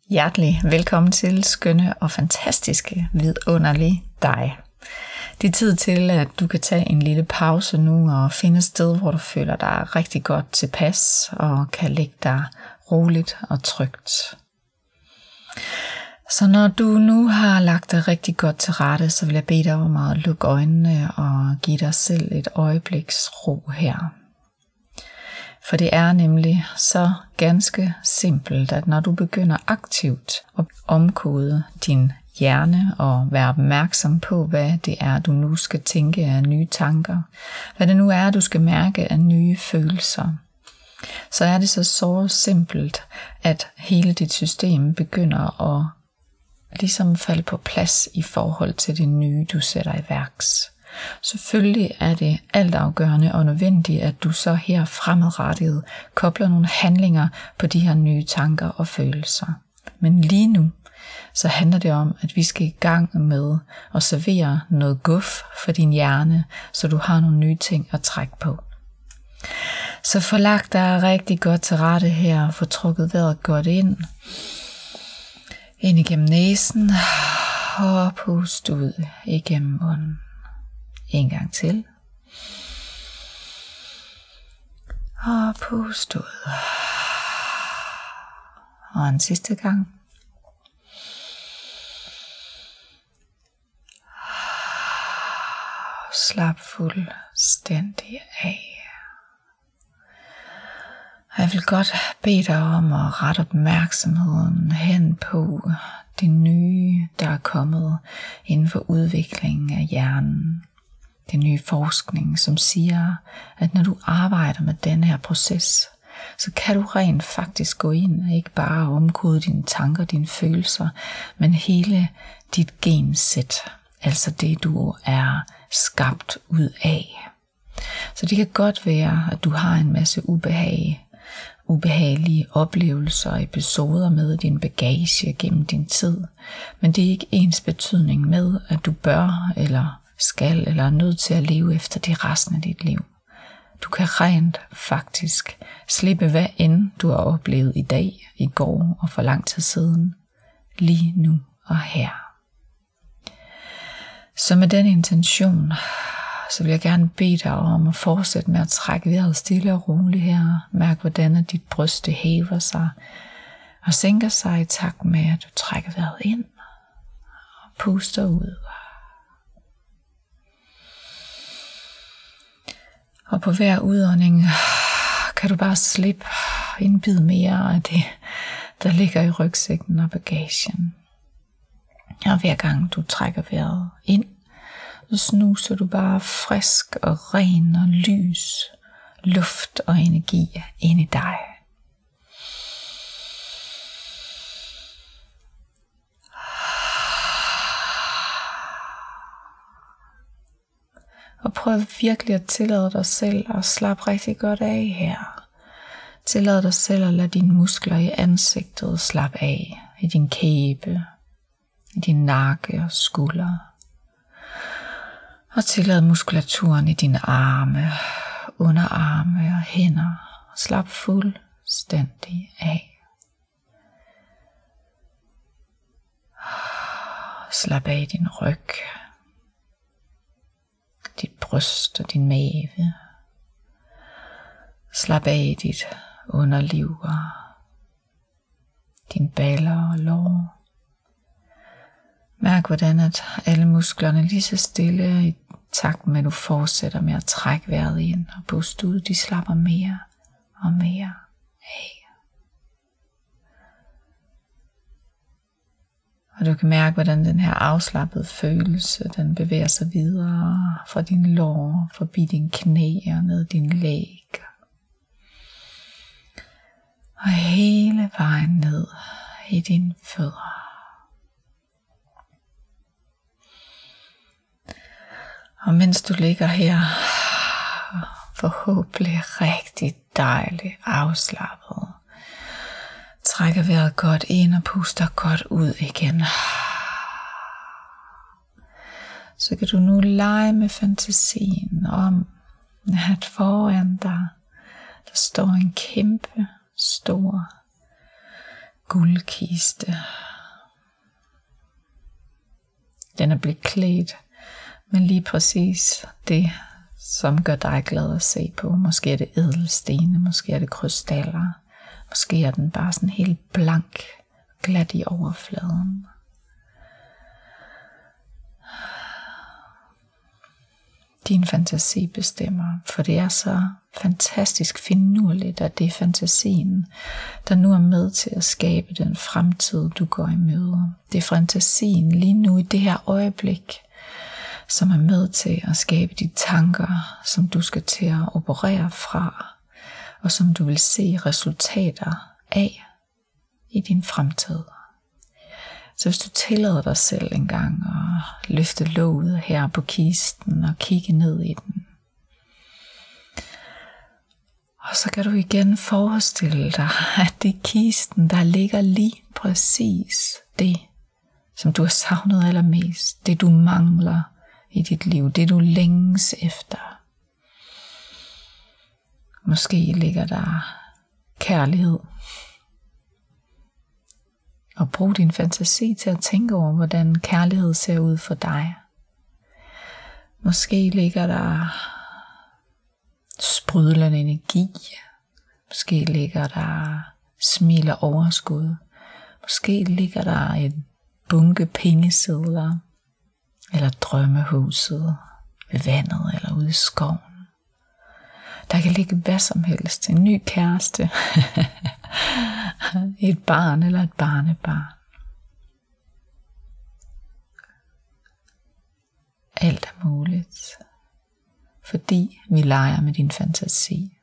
Hjertelig velkommen til skønne og fantastiske vidunderlige dig. Det er tid til, at du kan tage en lille pause nu og finde et sted, hvor du føler dig rigtig godt tilpas og kan ligge dig roligt og trygt. Så når du nu har lagt dig rigtig godt til rette, så vil jeg bede dig om at lukke øjnene og give dig selv et øjebliks ro her. For det er nemlig så ganske simpelt, at når du begynder aktivt at omkode din hjerne og være opmærksom på, hvad det er, du nu skal tænke af nye tanker, hvad det nu er, du skal mærke af nye følelser, så er det så simpelt, at hele dit system begynder at ligesom falde på plads i forhold til det nye, du sætter i værks. Selvfølgelig er det altafgørende og nødvendigt, at du så her fremadrettet kobler nogle handlinger på de her nye tanker og følelser. Men lige nu, så handler det om, at vi skal i gang med at servere noget guf for din hjerne, så du har nogle nye ting at trække på. Så få lagt dig rigtig godt til rette her, få trukket vejret godt ind igennem næsen og pust ud igennem munden. En gang til. Og pust ud. Og en sidste gang. Slap fuldstændig af. Jeg vil godt bede dig om at rette opmærksomheden hen på det nye, der er kommet inden for udviklingen af hjernen. Det nye forskning, som siger, at når du arbejder med den her proces, så kan du rent faktisk gå ind og ikke bare omkode dine tanker, dine følelser, men hele dit gensæt, altså det du er skabt ud af. Så det kan godt være, at du har en masse ubehagelige oplevelser og episoder med din bagage gennem din tid, men det er ikke ens betydning med, at du bør eller skal eller er nødt til at leve efter det resten af dit liv. Du kan rent faktisk slippe hvad end du har oplevet i dag, i går og for lang tid siden, lige nu og her. Så med den intention, så vil jeg gerne bede dig om at fortsætte med at trække vejret stille og roligt her. Mærk hvordan dit bryst hæver sig og sænker sig i takt med at du trækker vejret ind og puster ud. Og på hver udånding kan du bare slippe en bid mere af det, der ligger i rygsækken og bagagen. Og hver gang du trækker vejret ind, så snuser du bare frisk og ren og lys, luft og energi ind i dig. Og prøv virkelig at tillade dig selv at slappe rigtig godt af her. Tillad dig selv at lade dine muskler i ansigtet slappe af, i din kæbe, i din nakke og skulder. Og tillad muskulaturen i dine arme, underarme og hænder. Slap fuldstændig af. Slap af i din ryg, dit bryst og din mave. Slap af i dit underliv og dine baller og lår. Mærk hvordan at alle musklerne lige så stille i takt med at du fortsætter med at trække vejret ind og puste ud. De slapper mere og mere af. Og du kan mærke hvordan den her afslappede følelse den bevæger sig videre fra dine lår, forbi dine knæ og ned dine læg. Og hele vejen ned i dine fødder. Og mens du ligger her, forhåbentlig rigtig dejligt afslappet, trækker vejret godt ind og puster godt ud igen. Så kan du nu lege med fantasien om, at foran dig, der står en kæmpe stor guldkiste. Den er beklædt med lige præcis det, som gør dig glad at se på. Måske er det ædelstene, måske er det krystaller, måske er den bare sådan helt blank, glat i overfladen. Din fantasi bestemmer, for det er så fantastisk finurligt, at det er fantasien, der nu er med til at skabe den fremtid, du går i møde. Det er fantasien lige nu i det her øjeblik, som er med til at skabe de tanker, som du skal til at operere fra, og som du vil se resultater af i din fremtid. Så hvis du tillader dig selv en gang at løfte låget her på kisten og kigge ned i den. Og så kan du igen forestille dig, at det er kisten, der ligger lige præcis det, som du har savnet allermest. Det du mangler i dit liv, det du længes efter. Måske ligger der kærlighed. Og brug din fantasi til at tænke over, hvordan kærlighed ser ud for dig. Måske ligger der sprudlende energi. Måske ligger der smil og overskud. Måske ligger der en bunke pengesedler. Eller drømmehuset ved vandet eller ude i skoven. Der kan ligge hvad som helst. En ny kæreste. Et barn eller et barnebarn. Alt er muligt. Fordi vi leger med din fantasi.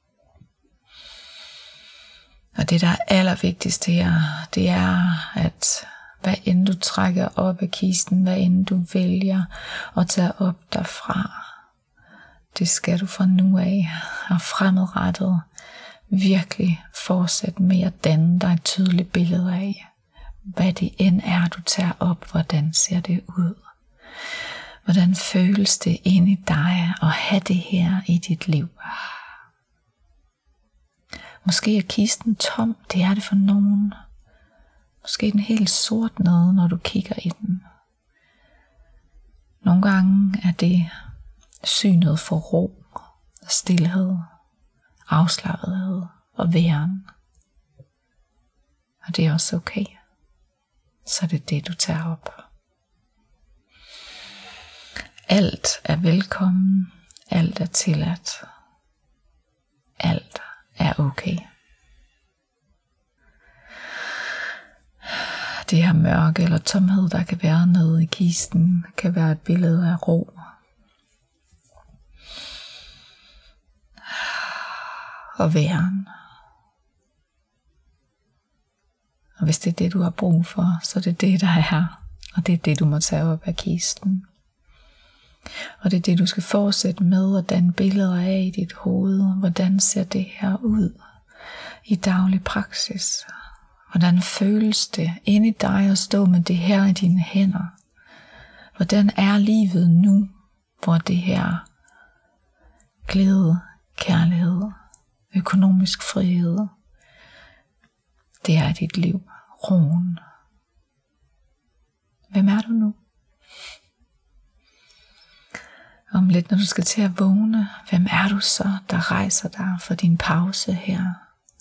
Og det der er allervigtigst her, det er at hvad end du trækker op af kisten, hvad end du vælger at tage op derfra, det skal du fra nu af og fremadrettet virkelig fortsætte med at danne dig et tydeligt billede af, hvad det end er, du tager op, hvordan ser det ud. Hvordan føles det inde i dig at have det her i dit liv? Måske er kisten tom, det er det for nogen. Måske er den helt sort nede, når du kigger i den. Nogle gange er det synet for ro, stilhed, afslappethed og væren. Og det er også okay. Så det er det, du tager op. Alt er velkommen. Alt er tilladt. Alt er okay. Det her mørke eller tomhed, der kan være nede i kisten, kan være et billede af ro. Og væren. Og hvis det er det, du har brug for, så er det det, der er her. Og det er det, du må tage op af kisten. Og det er det, du skal fortsætte med at danne billeder af i dit hoved. Hvordan ser det her ud i daglig praksis? Hvordan føles det inde i dig at stå med det her i dine hænder? Hvordan er livet nu, hvor det her glæde, kærlighed, økonomisk frihed, det er dit liv, roen. Hvem er du nu? Om lidt, når du skal til at vågne, hvem er du så, der rejser dig for din pause her?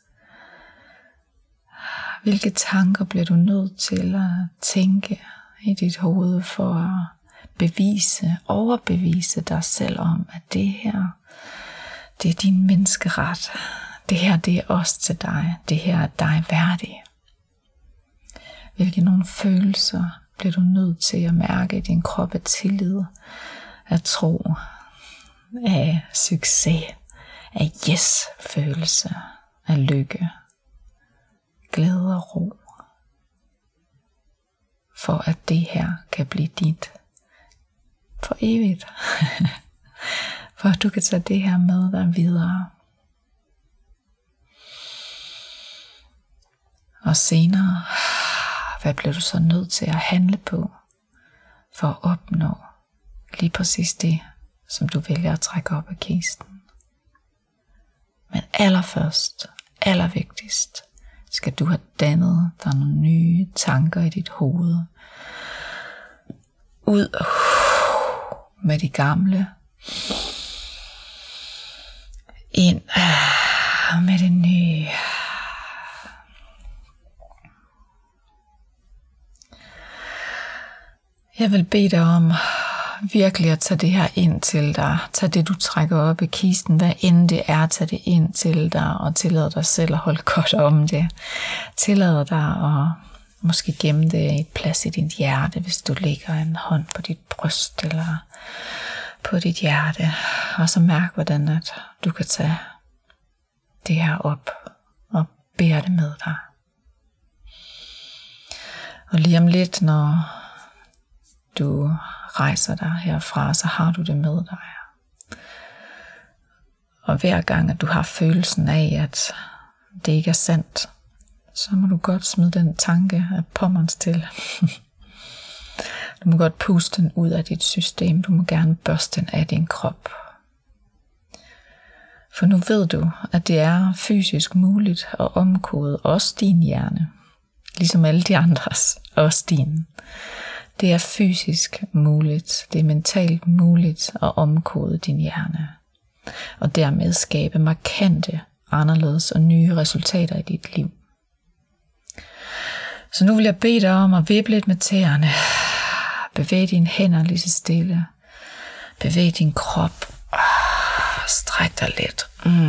Hvilke tanker bliver du nødt til at tænke i dit hoved for at overbevise dig selv om, at det her, det er din menneskeret. Det her, det er også til dig. Det her er dig værdig. Hvilke nogle følelser bliver du nødt til at mærke i din krop af tillid, af tro, af succes, af yes-følelse, af lykke, glæde og ro. For at det her kan blive dit for evigt. For at du kan tage det her med dig videre. Og senere, hvad bliver du så nødt til at handle på for at opnå lige præcis det, som du vælger at trække op af kisten? Men allerførst, allervigtigst, skal du have dannet der nogle nye tanker i dit hoved. Ud med de gamle. Ind med det nye. Jeg vil bede dig om virkelig at tage det her ind til dig. Tag det, du trækker op i kisten, hvad end det er, tag det ind til dig, og tillad dig selv at holde godt om det. Tillad dig at måske gemme det et plads i dit hjerte, hvis du lægger en hånd på dit bryst eller på dit hjerte. Og så mærk, hvordan at du kan tage det her op og bære det med dig. Og lige om lidt, når du rejser dig herfra, så har du det med dig. Og hver gang, at du har følelsen af, at det ikke er sandt, så må du godt smide den tanke af pommerens til. Du må godt puste den ud af dit system. Du må gerne børste den af din krop. For nu ved du, at det er fysisk muligt at omkode også din hjerne. Ligesom alle de andres, også din. Det er fysisk muligt, det er mentalt muligt at omkode din hjerne. Og dermed skabe markante, anderledes og nye resultater i dit liv. Så nu vil jeg bede dig om at vippe lidt med tæerne. Bevæg dine hænder lige så stille. Bevæg din krop. Stræk dig lidt.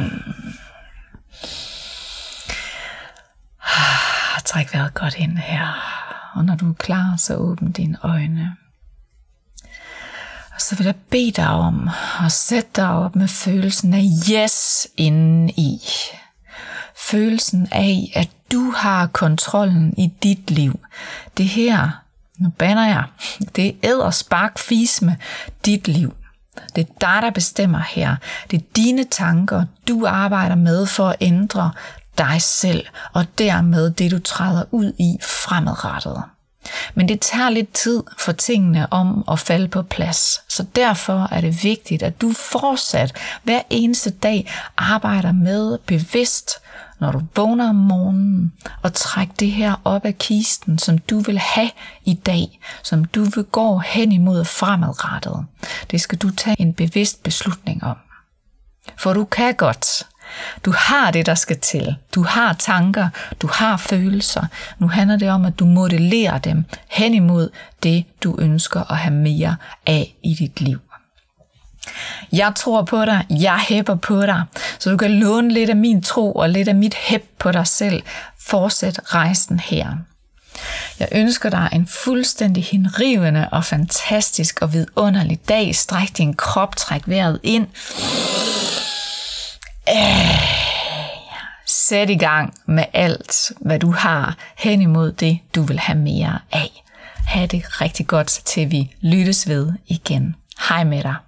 Træk vejret godt ind her. Og når du er klar, så åbn dine øjne. Og så vil jeg bede dig om at sætte dig op med følelsen af yes inde i. Følelsen af, at du har kontrollen i dit liv. Det her, nu bander jeg, det er eddersparkfisme dit liv. Det er dig, der bestemmer her. Det er dine tanker, du arbejder med for at ændre dig selv, og dermed det, du træder ud i fremadrettet. Men det tager lidt tid for tingene om at falde på plads. Så derfor er det vigtigt, at du fortsat hver eneste dag arbejder med bevidst, når du vågner om morgenen, og træk det her op af kisten, som du vil have i dag, som du vil gå hen imod fremadrettet. Det skal du tage en bevidst beslutning om. For du kan godt. Du har det, der skal til. Du har tanker, du har følelser. Nu handler det om, at du modellerer dem hen imod det, du ønsker at have mere af i dit liv. Jeg tror på dig, jeg hæpper på dig, så du kan låne lidt af min tro og lidt af mit hæp på dig selv. Fortsæt rejsen her. Jeg ønsker dig en fuldstændig henrivende og fantastisk og vidunderlig dag. Stræk din krop, træk vejret ind. Sæt i gang med alt, hvad du har hen imod det, du vil have mere af. Ha' det rigtig godt, til vi lyttes ved igen. Hej med dig.